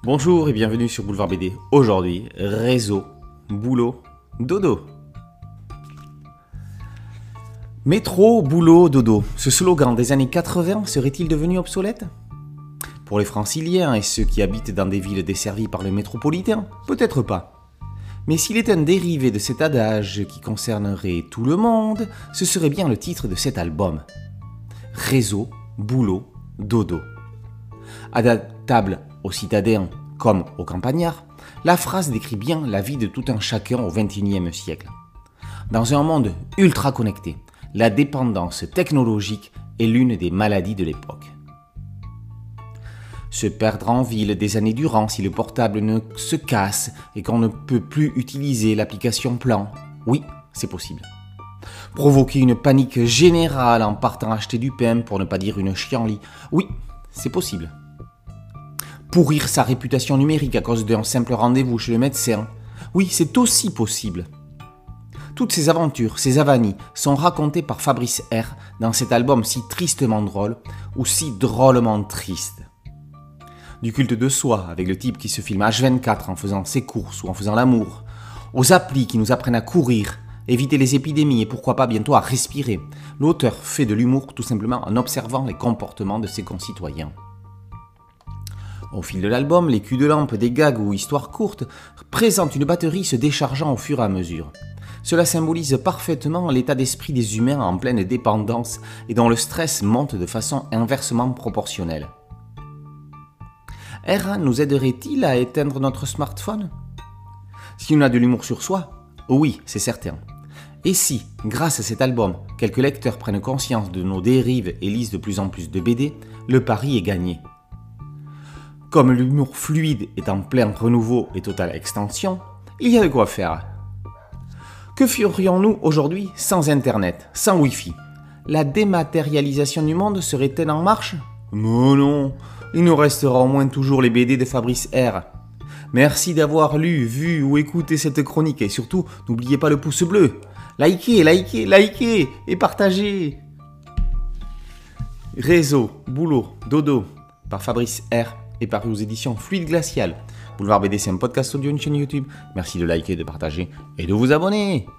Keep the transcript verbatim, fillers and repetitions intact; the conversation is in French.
Bonjour et bienvenue sur Boulevard B D. Aujourd'hui, réseau, boulot, dodo. Métro, boulot, dodo. Ce slogan des années quatre-vingts serait-il devenu obsolète? Pour les franciliens et ceux qui habitent dans des villes desservies par le métropolitain, peut-être pas. Mais s'il est un dérivé de cet adage qui concernerait tout le monde, ce serait bien le titre de cet album. Réseau, boulot, dodo. Adaptable aux citadins comme aux campagnards, la phrase décrit bien la vie de tout un chacun au vingt et unième siècle. Dans un monde ultra connecté, la dépendance technologique est l'une des maladies de l'époque. Se perdre en ville des années durant si le portable ne se casse et qu'on ne peut plus utiliser l'application Plan, oui, c'est possible. Provoquer une panique générale en partant acheter du pain pour ne pas dire une chienlit, oui, c'est possible. Pourrir sa réputation numérique à cause d'un simple rendez-vous chez le médecin, oui, c'est aussi possible. Toutes ces aventures, ces avanies, sont racontées par Fabrice R dans cet album si tristement drôle ou si drôlement triste. Du culte de soi, avec le type qui se filme H vingt-quatre en faisant ses courses ou en faisant l'amour, aux applis qui nous apprennent à courir, éviter les épidémies et pourquoi pas bientôt à respirer, l'auteur fait de l'humour tout simplement en observant les comportements de ses concitoyens. Au fil de l'album, les culs de lampe, des gags ou histoires courtes présentent une batterie se déchargeant au fur et à mesure. Cela symbolise parfaitement l'état d'esprit des humains en pleine dépendance et dont le stress monte de façon inversement proportionnelle. R nous aiderait-il à éteindre notre smartphone? Si on a de l'humour sur soi, oui, c'est certain. Et si, grâce à cet album, quelques lecteurs prennent conscience de nos dérives et lisent de plus en plus de B D, le pari est gagné. Comme l'humour fluide est en plein renouveau et totale extension, il y a de quoi faire. Que ferions-nous aujourd'hui sans Internet, sans Wi-Fi? La dématérialisation du monde serait-elle en marche? Mais non, il nous restera au moins toujours les B D de Fabrice R. Merci d'avoir lu, vu ou écouté cette chronique et surtout, n'oubliez pas le pouce bleu. Likez, likez, likez et partagez. Réseau, boulot, dodo par Fabrice R est paru aux éditions Fluide Glacial. Boulevard B D, c'est un podcast audio, une chaîne YouTube. Merci de liker, de partager et de vous abonner.